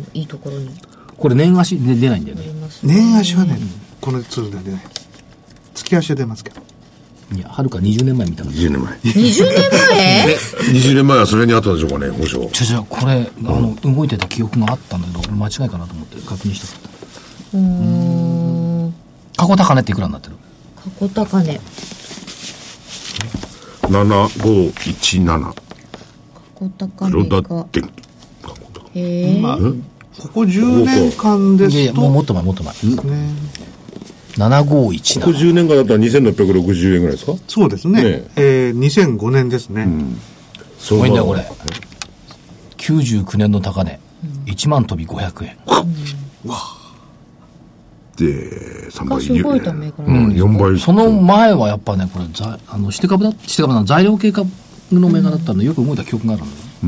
いいところに。 これ年足で出ないんだよね。 年足はね、このツールでは出ない。月足は出ますけど。 いや、はるかにじゅうねんまえ見たから。 にじゅうねんまえ。 にじゅうねんまえにじゅうねんまえはそれにあったでしょうかね、保証。 ちょちょ、これ、あの、動いてた記憶があったんだけど、間違いかなと思って確認したかった。うーん。過去高値っていくらになってる？ 過去高値。 ななごーいちなな。 過去高値が。 黒田電機。 へぇー。 ここじゅうねんかんですと。いやいや、 もうもっと前、もっと前。ね。ななごーいちなな。 ここじゅうねんかんだったらにせんろっぴゃくろくじゅうえんぐらいですか？ そうですね。ねえー、にせんごねんですね。うん、 すごいんだよ、これ。きゅうじゅうきゅうねんの高値。うん、いちまん飛びごひゃくえん。 うん、わで、さんばい。 すごいためから。 うん、よんばい。 その前はやっぱね、これ、あの、して株だ、して株な材料系株の銘柄だったんで、よく動いた記憶があるんだよ。うん、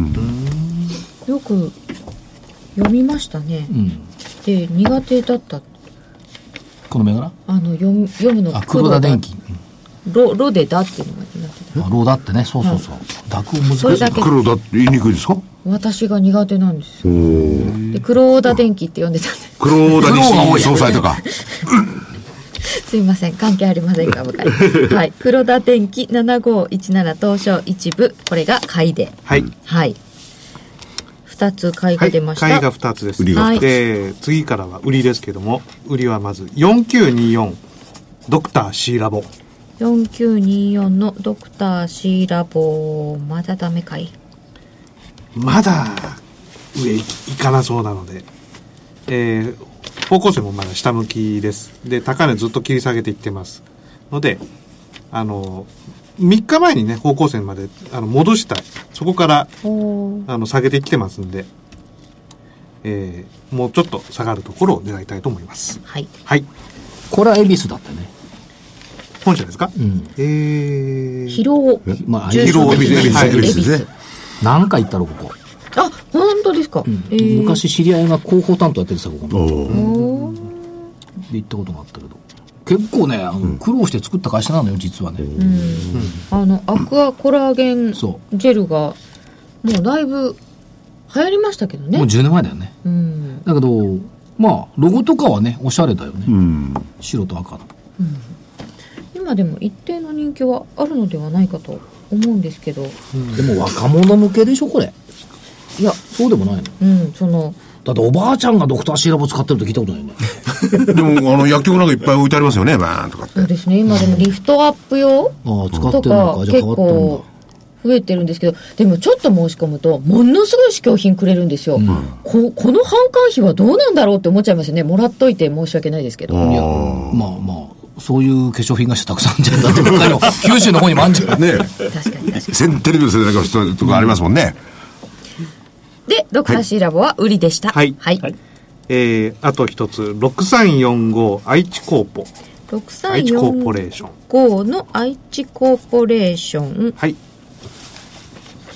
よく読みましたね。うん、で、苦手だった。 この銘柄あの読む、読むのあ、黒田電機。 ロ、ロでだっていうのが苦手だ。 あ、ロだってね、そうそうそう。濁音難しい。 それだけ。 黒田って言いにくいですか？ 私が苦手なんですよ。で、黒田電機って呼んでたんで。 黒田西総裁とか。 すいません、関係ありませんか、向井。はい。黒田電機ななごーいちなな東証一部、これが買いで。 はい。 はい。二つ買いが出ました。 はい、買いが二つです。 売りが二つ。で、次からは売りですけども、売りはまずよんきゅうによんドクター C ラボ。 よんきゅうによんのドクター C ラボ、まだダメかい？ まだ上行かなそうなので、えー、方向性もまだ下向きです。で、高値ずっと切り下げていってますので、あのみっかまえにね、方向線まであの戻したい。そこからあの下げてきてますんで、えー、もうちょっと下がるところを狙いたいと思います。 はい。 はい。 これは恵比寿だったね。 本社ですか？うん。えー。 疲労。 まあ、 疲労恵比寿ですね。 何回行ったろ、ここ。 あ、本当ですか。うん、 えー、昔知り合いが広報担当やってるさ、ここ。 おー。 で行ったことがあったけど。結構ね、あの、うん、苦労して作った会社なのよ、実はね。うん。 あの、アクアコラーゲンジェルが、もうだいぶ流行りましたけどね。 もうじゅうねんまえだよね。うん。だけど、まあ、ロゴとかはね、おしゃれだよね。うん。白と赤の。うん。 今でも一定の人気はあるのではないかと思うんですけど。 うん、でも若者向けでしょ、これ。いや、そうでもないの。 うん、その、 だっておばあちゃんがドクターシーラボ使ってると聞いたことないね。 でもあの薬局なんかいっぱい置いてありますよね、バーンとかって。 そうですね。今でもリフトアップ用とか結構増えてるんですけど、でもちょっと申し込むとものすごい試供品くれるんですよ。うん、こ, この販管費はどうなんだろうって思っちゃいますよね。もらっといて申し訳ないですけど。いや、 まあまあそういう化粧品がたくさんあるんじゃんだって他の九州の方にもあるんじゃんね。 確かに確かに。 センテレビの世代の人とかありますもんね。 うん、でドクター C ラボは売りでした。 はい。はい。はい、えー、あと一つろくさんよんご愛知コーポ。 ろくさんよんごの愛知コーポレーション。 はい。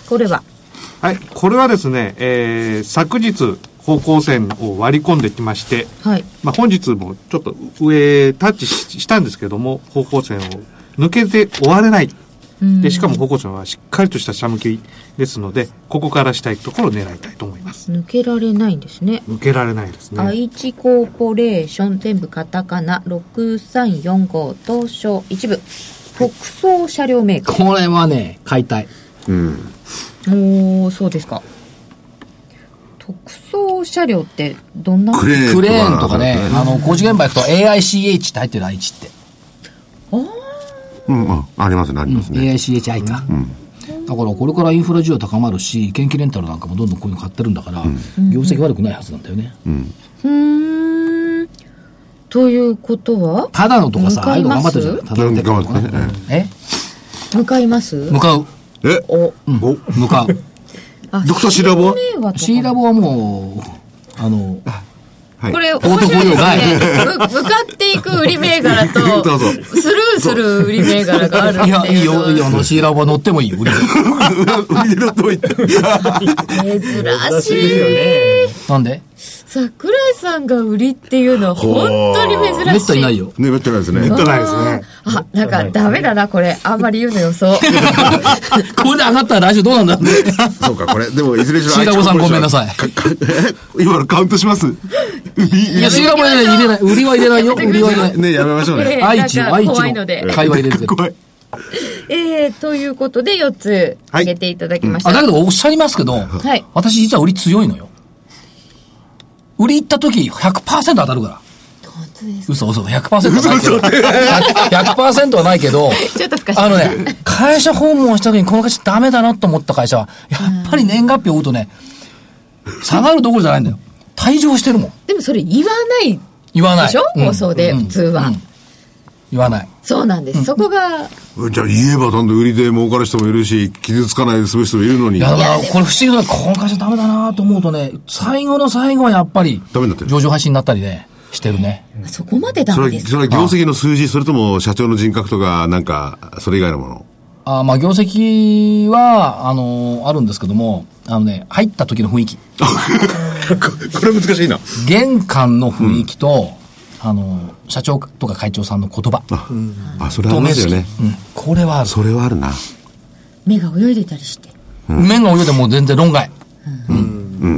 これははい、これはですね、えー、昨日方向線を割り込んできまして、 はい、 まあ、本日もちょっと上タッチ し, したんですけども、方向線を抜けて終われない。でしかも方向線はしっかりとした下向きですので、ここから下行くところを狙いたいと思います。 抜けられないんですね。 抜けられないですね。 愛知コーポレーション、全部カタカナ、ろくさんよんご東証一部特装車両メーカー。 これはね買いたい。 うん。 おー、そうですか。特装車両ってどんなクレーンクレーンとかね、あの工事現場行くと エーアイシーエイチ って入ってる愛知って。 ああ。 うんうん、ありますね、ありますね。 エーアイシーエイチアイ か、うん。だからこれからインフラ需要高まるし、研究レンタルなんかもどんどんこういうの買ってるんだから、うん、業績悪くないはずなんだよね。うん。 うーん。ということはただのとかさ、ああいうの頑張ってるじゃん。ただの頑張ってね。 え向かいます向かう。 えお、うん、お向かう。 ドクターシーラボはシーラボはもう、あの、 はい、これ面白いですね。向かっていく売り銘柄とスルーする売り銘柄があるっていう。いや、 いいよ、いいよ、あのシーラボは乗ってもいいよ、売りで。 売りで乗ってもいい。 珍しいですよね。 なんで桜井さんが売りっていうのは本当に珍しい。 めったにないよ。 ね、めったにないですね。 めったにないですね。 あ、なんかダメだな、これ。あんまり言うの予想。これで上がったら来週どうなんだろうね。 そうか、これ、でもいずれにしろ。 シーラボさんごめんなさい。 今のカウントします。 いや、シーラボは入れない。売りは入れないよ。売りは入れない。 ね、やめましょうね。 愛知の、愛知の会話入れる。 怖い。 えー、ということでよっつ挙げていただきました。 あ、だけどおっしゃいますけど、はい、私実は売り強いのよ。売り行った時 ひゃくパーセント 当たるから。 本当ですか？ 嘘嘘、ひゃくパーセント ないけど。ひゃくパーセント はないけど、 ちょっと深い。 あのね、会社訪問した時にこの会社ダメだなと思った会社は、やっぱり年月日を追うとね、下がるどころじゃないんだよ。退場してるもん。 でもそれ言わない言わないでしょ、うん、放送で、普通は、うんうん、 言わない。 そうなんです、うん、そこがじゃあ言えばなんで売りで儲かる人もいるし、傷つかないでする人もいるのに。 いやだからこれ不思議な、この会社ダメだなと思うとね、最後の最後はやっぱり上場廃止になったりねしてるね。 そこまでダメですか。 それは業績の数字、それとも社長の人格とかなんかそれ以外のもの。 あ、まあ業績はあのあるんですけども、あのね、入った時の雰囲気これ難しいな。 玄関の雰囲気と、うん、あの社長とか会長さんの言葉、 あ、うん、あ、それありますよね、 うん、これはある。 それはあるな。 目が泳いでたりして、 うん、目が泳いでもう全然論外、 うんうん、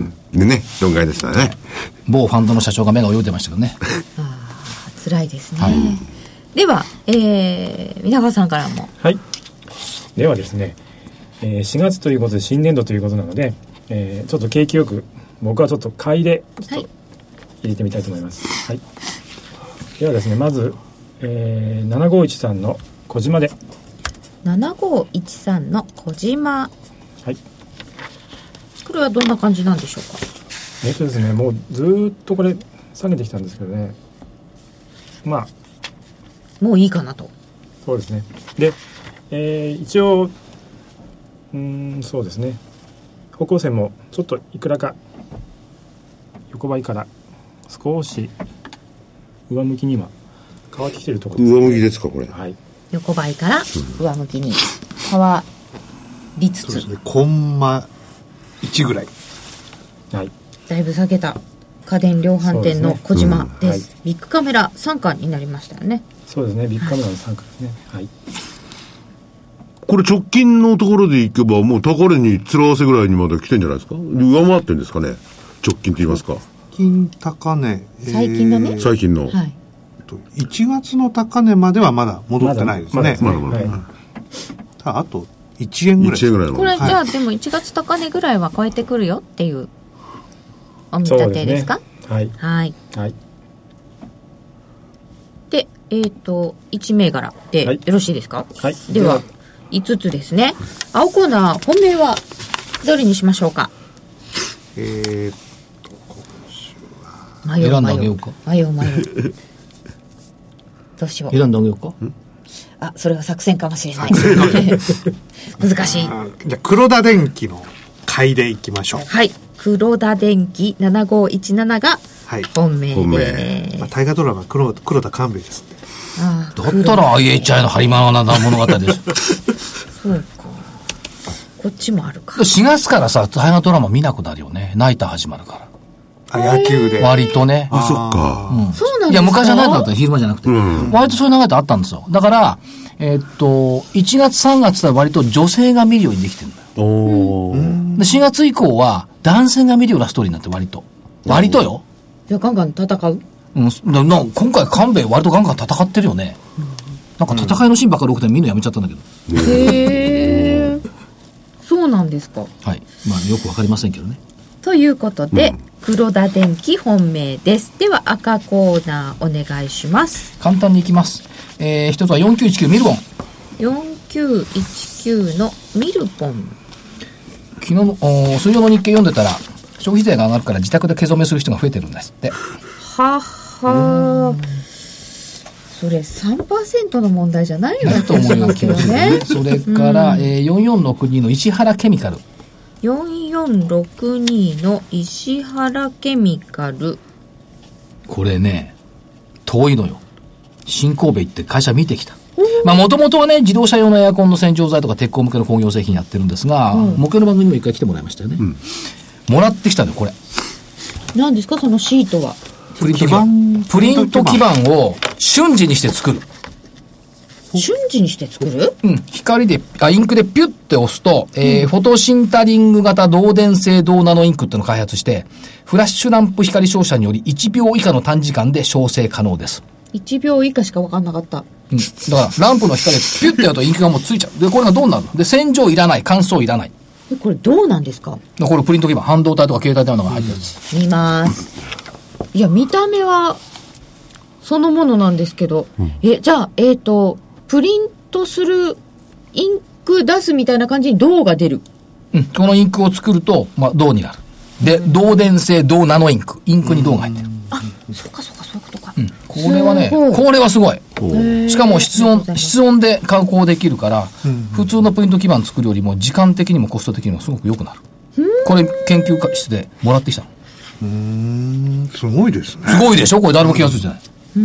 でね、論外でしたね。 某ファンドの社長が目が泳いでましたけどね。 あ、辛いですね、はい、では、えー、皆川さんからも。 はい、ではですね、えー、しがつということで新年度ということなので、えー、ちょっと景気よく僕はちょっと買いでちょっと入れてみたいと思います、はい、ではですね、まず、えー、ななごういちさんの小島でななごういちさんの小島、はい、これはどんな感じなんでしょうか。 えっとですね、もうずっとこれ下げてきたんですけどね、まあもういいかなと。 そうですね。で、えー、一応うーんそうですね、方向線もちょっといくらか横ばいから少し上向きには変わってきてるところです、ね、 上向きですかこれ。 はい、 横ばいから上向きに変わりつつ、そうですね、コンマいちぐらい、 はい、 だいぶ下げた家電量販店の小島です、ね、うん、はい、ビッグカメラ傘下になりましたよね。 そうですね、ビッグカメラの傘下ですね、はい、はい、 これ直近のところでいけばもう高値に面合わせぐらいにまで来てんじゃないですか。上回ってんですかね、直近と言いますか。 直近高値、 最近だね、 えー、最近の、はい、 いちがつの高値まではまだ戻ってないですね。 まだまだ、はい、 ただあといちえんぐらい。いちえんぐらいのこれじゃあ、はい、でもいちがつ高値ぐらいは超えてくるよっていうお見立てですか。 そうですね、はい、 はい、 はい、 で、えっ、ー、といち銘柄でよろしいですか。 はい、 ではいつつですね。青コーナー本命はどれにしましょうか。 えー、っと今週は選んであげようか。 迷う迷うどうしよう。 選んであげようか。 あ、それは作戦かもしれない難しい。 じゃあ黒田電機の買いでいきましょう。 はい、黒田電機ななごういちななが本命で、はい、 まあ、大河ドラマ 黒, 黒田官兵衛ですって。 ああ、だったら アイエイチアイ のハリマナ物語ですそうか。 こっちもあるか。 しがつからさ、大河ドラマ見なくなるよね。ナイター始まるから。 あ、野球で。 割とね。 あ、そっか。 うん、 そうなんですか。 いや、昔はナイターだったら昼間じゃなくて。うん、割とそういう流れってあったんですよ。だから、えー、っと、いちがつさんがつは割と女性が見るようにできてるんだよ。おー。で、しがつ以降は男性が見るようなストーリーになって割と。割とよ。 じゃあガンガン戦う？ うん。な今回官兵衛割とガンガン戦ってるよね。うん、なんか戦いのシーンばっかり多くて見るのやめちゃったんだけど。 へー。そうなんですか。 はい。まあよくわかりませんけどね。 ということで、うん、黒田電機本命です。では赤コーナーお願いします。 簡単にいきます。えー、一つはよんきゅういちきゅうミルボン。 よんきゅういちきゅうのミルボン。 昨日の水曜の日経読んでたら消費税が上がるから自宅で毛染めする人が増えてるんですって。 ははそれ さんパーセント の問題じゃないような気がしますけどね。 それから、うん、えー、よんよんろくにの石原ケミカル。 よんよんろくにの石原ケミカル。 これね、遠いのよ。新神戸行って会社見てきた。まあもともとはね、自動車用のエアコンの洗浄剤とか鉄鋼向けの工業製品やってるんですが、うん、模型の番組にも一回来てもらいましたよね。うん、もらってきたのよ、これ。 何ですか、そのシートは。 プリント基板。プリント基板を瞬時にして作る。 瞬時にして作る？ うん。光で、あ、インクでピュッて押すと、えーうん、フォトシンタリング型導電性銅ナノインクっていうのを開発して、フラッシュランプ光照射によりいちびょう以下の短時間で焼成可能です。 いちびょう以下しか分かんなかった。 うん。だから、ランプの光でピュッてやるとインクがもうついちゃう。で、これがどうなるの？で、洗浄いらない、乾燥いらない。 これどうなんですか？ これプリント基板、半導体とか携帯電話が入ってるやつ。 見ます。いや、見た目は、そのものなんですけど、うん、え、じゃあ、えっと、プリントするインク出すみたいな感じに銅が出る。 うん。このインクを作ると、まあ、銅になる。で、導電性銅ナノインク。インクに銅が入ってる。 あ、そうかそうか、そういうことか。 うん。これはね、これはすごい。しかも室温、室温で加工できるから、うん、普通のプリント基板作るよりも時間的にもコスト的にもすごく良くなる。これ研究室でもらってきたの。 うーん、すごいですね。 すごいでしょ、これ誰も気がついてない。 うん。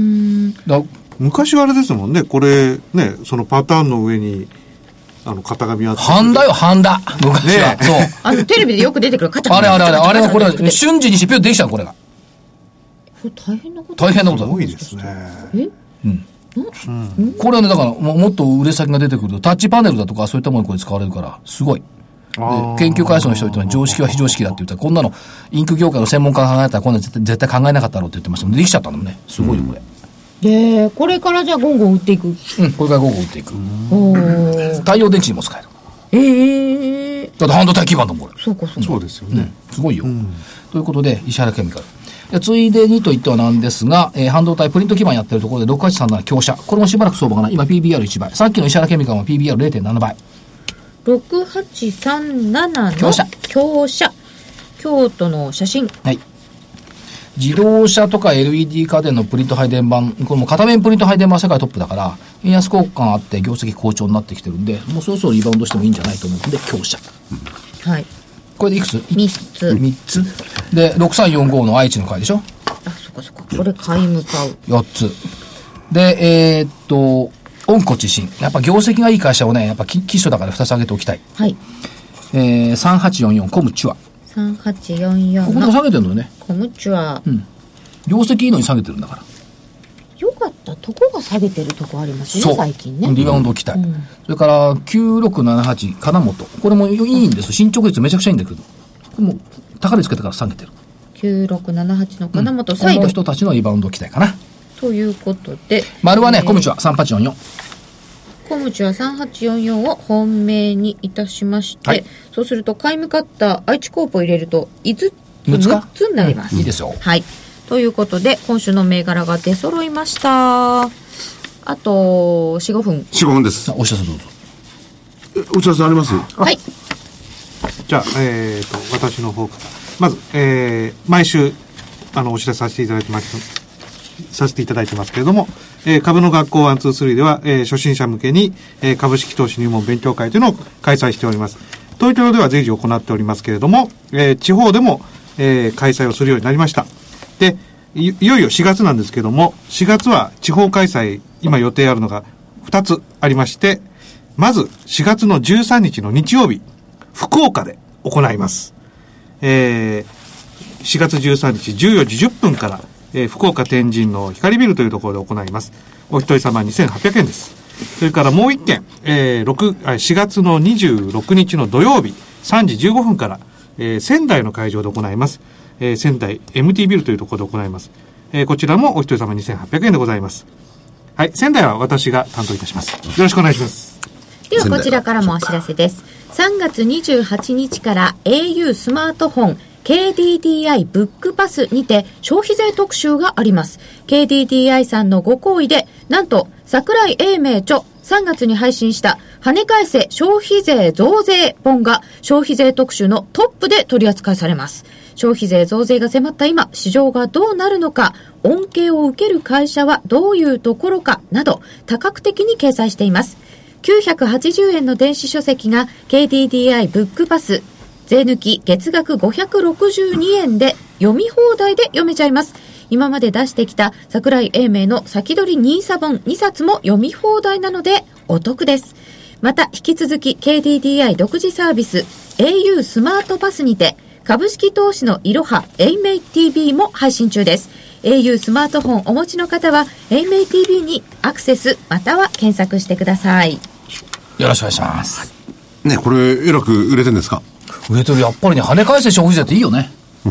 だ昔はあれですもんね、これ、ね、そのパターンの上に、あの、型紙あって。 ハンダよ、ハンダ。昔は。ね、そう。 あの、テレビでよく出てくるカチャカチャ。あれあれあれ、あれがこれは、瞬時にしてピュッとできちゃう、これが。 これ大変なこと大変なことだ。 すごいですね。 えうん。うん、これはね、だからも、もっと売れ先が出てくると、タッチパネルだとかそういったものにこれ使われるから、すごい。で研究開発の人々は常識は非常識だって言ったら、こんなの、インク業界の専門家が考えたら、こんなの絶対、絶対考えなかったろうって言ってました。できちゃったのもね。すごいよ、これ。 で、これからじゃあゴンゴン売っていく。 うん、これからゴンゴン売っていく。太陽電池にも使える。 ええー。 だって半導体基板だもん、これ。 そうか、そうか。 そうですよね。 うん、すごいよ。うん、ということで、石原ケミカル。ついでにと言ってはなんですが、えー、半導体プリント基板やってるところでろくはちさんなな強者。これもしばらく相場がない。今 ピービーアールいち 倍。さっきの石原ケミカルも ピービーアールれいてんなな 倍。 ろくはちさんななの強者。 強者。京都の写真。 はい。自動車とか エルイーディー 家電のプリント配電盤、これも片面プリント配電盤世界トップだから、円安効果があって業績好調になってきてるんで、もうそろそろリバウンドしてもいいんじゃないと思うんで、強者。 はい。 これでいくつ ? みっ つ。 みっつ。で、ろくさんよんごの愛知の会でしょ。 あ、そっかそっか。これ買い向かう。 よっつ。で、えー、っと、温故知新。やっぱ業績がいい会社をね、やっぱ基礎だからふたつ挙げておきたい。 はい。 えー、さんはちよんよんコムチュア。 さんはちよんよんここで下げてるのよね。 コムチュア。 うん。業績いいのに下げてるんだから。 よかったとこが下げてるとこありますね、最近ね。 リバウンド期待。うん、それから、きゅうろくななはち、金本。これもいいんです。進捗率めちゃくちゃいいんだけど。もう、高値つけてから下げてる。 きゅうろくななはちの金本、再度、 うん、この人たちのリバウンド期待かな。 ということで。 丸はね、えー、コムチュアさんはちよんよん。 コムチュアさんはちよんよんを本命にいたしまして、はい、そうすると買い向かった愛知コープを入れるといつつ、むっつになります、 うん。いいですよ。 はい。ということで、今週の銘柄が出揃いました。あと、よん、ごふん。 よん、ごふんです。 お知らせどうぞ。 お知らせあります？ はい。 じゃあ、えーと、私の方から。まず、えー、毎週、あの、お知らせさせていただいてます、させていただいてますけれども、えー、株の学校いちにさんでは、えー、初心者向けに、えー、株式投資入門勉強会というのを開催しております。東京では随時行っておりますけれども、えー、地方でも、えー、開催をするようになりました。で、い, いよいよしがつなんですけども、しがつは地方開催、今予定あるのがふたつありまして、まずしがつのじゅうさんにちの日曜日、 福岡で行います。えー、しがつじゅうさんにちじゅうよじじゅっぷんから、えー、福岡天神の光ビルというところで行います。お一人様にせんはっぴゃくえんです。それからもう一件、えー、しがつのにじゅうろくにちの土曜日さんじじゅうごふんから、えー、仙台の会場で行います。えー、仙台 エムティー ビルというところで行います。えー、こちらもお一人様にせんはっぴゃくえんでございます。はい、仙台は私が担当いたします。よろしくお願いします。 ではこちらからもお知らせです。さんがつにじゅうはちにちから エーユー スマートフォン ケーディーディーアイ ブックパスにて消費税特集があります。 ケーディーディーアイ さんのご好意でなんと櫻井英明著さんがつに配信した跳ね返せ消費税増税本が消費税特集のトップで取り扱いされます。消費税増税が迫った今、市場がどうなるのか、恩恵を受ける会社はどういうところかなど多角的に掲載しています。きゅうひゃくはちじゅうえんの電子書籍が ケーディーディーアイ ブックパス税抜き月額ごひゃくろくじゅうにえんで読み放題で読めちゃいます。今まで出してきた櫻井英明の先取りニーサ本にさつも読み放題なのでお得です。また引き続き ケーディーディーアイ 独自サービス エーユー スマートパスにて株式投資のいろは エイメイ ティービー も配信中です。 エーユー スマートフォンお持ちの方は エイメイ ティービー にアクセスまたは検索してください。 よろしくお願いします。 ね、これえらく売れてるんですか？ 売れてる。やっぱりね、跳ね返せ消費税っていいよね。 うん、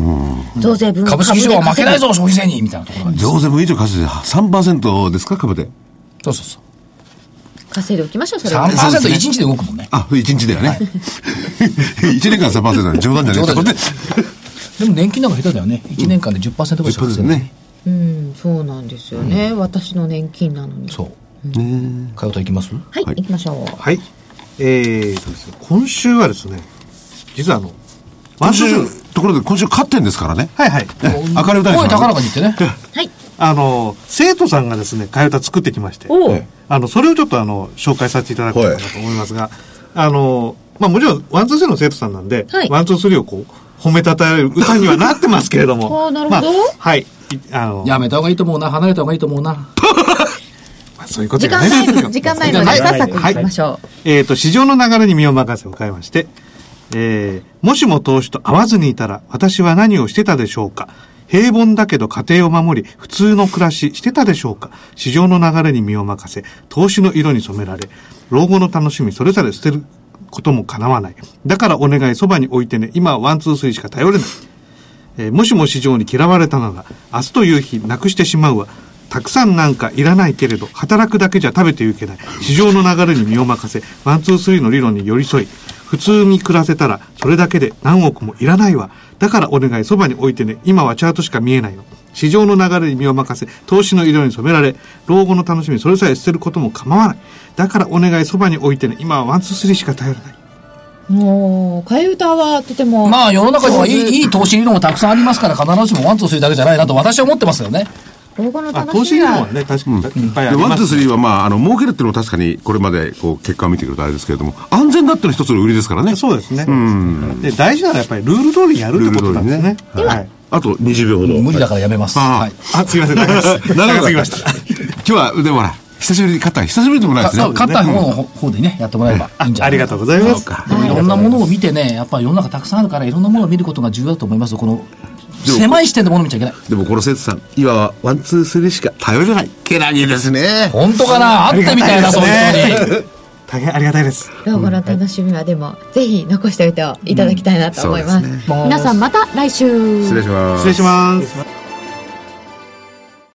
増税分株式市場は負けないぞ消費税にみたいなところが増税分以上稼いで さんパーセント ですか株で。 そうそうそう。 稼いでおきましょう。それはさんパーセントいちにちで動くもんね。 あ、いちにちだよね。はい、いちねんかん さんパーセント なんて冗談じゃないですか。でも年金なんか下手だよね。いちねんかんで じゅっパーセント ぐらいしか稼いでないね。 うん、そうなんですよね、うん、私の年金なのに。 そう。うん。かよたいきます？ はい、はい、行きましょう。 はい。えーとですね、今週はですね、実はあの、 今週、ところで今週勝ってんですからね。 はいはい。 明るい歌声高らかに言ってね。 はい。 あの、生徒さんがですね、替え歌作ってきまして、あの、それをちょっとあの、紹介させていただこうかなと思いますが、あの、まあもちろん、ワンツースリーの生徒さんなんで、はい、ワンツースリーをこう、褒めたたえる歌にはなってますけれども。 ああ、なるほど。まあ、 はい。あの、 やめた方がいいと思うな、離れた方がいいと思うな。 まあ、そういうことがね。 時間ないの、時間ないので、さっさと行きましょう。はい、 えっと、市場の流れに身を任せを変えまして、えー、もしも投資と合わずにいたら、私は何をしてたでしょうか。平凡だけど家庭を守り、普通の暮らししてたでしょうか。市場の流れに身を任せ、投資の色に染められ、老後の楽しみそれぞれ捨てることも叶わない。だからお願いそばに置いてね。今はワンツースリーしか頼れない。えー、もしも市場に嫌われたなら、明日という日なくしてしまうわ。たくさんなんかいらないけれど、働くだけじゃ食べていけない。市場の流れに身を任せ、ワンツースリーの理論に寄り添い、普通に暮らせたら、それだけで何億もいらないわ。だからお願いそばに置いてね。今はチャートしか見えないの。市場の流れに身を任せ、投資の色に染められ、老後の楽しみそれさえ捨てることも構わない。だからお願いそばに置いてね。今はワンツースリーしか頼れない。 もう、替え歌はとても。 まあ世の中にはいい、いい投資理論もたくさんありますから、必ずしもワンツースリーだけじゃないなと私は思ってますよね。 老後の楽しみは。 投資理論はね、確かにいっぱいあります。 ワンツースリーはまあ、あの、儲けるっていうのは確かにこれまでこう、結果を見てくるとあれですけれども、安全だっていうのは一つの売りですからね。 そうですね。 うん。 で、大事なのはやっぱりルール通りにやるってことなんですね。 では、 あとにじゅうびょうほど。 無理だからやめます。 はい。あ、すいません、長すぎました。 今日は、でもほら、久しぶりに勝った久しぶりでもないですね。 勝った方の方でね、やってもらえばいいんじゃないか。 ありがとうございます。 いろんなものを見てね、やっぱり世の中たくさんあるから、いろんなものを見ることが重要だと思いますよ。この狭い視点でもの見ちゃいけない。 でもこの生徒さん、今はワンツースリーしか頼れない。けなぎですね。 本当かな、会ってみたいな、そういう人に。 大変ありがたいです。 老後の楽しみはでも、ぜひ残しておいていただきたいなと思います。皆さんまた来週。 失礼します。 失礼します。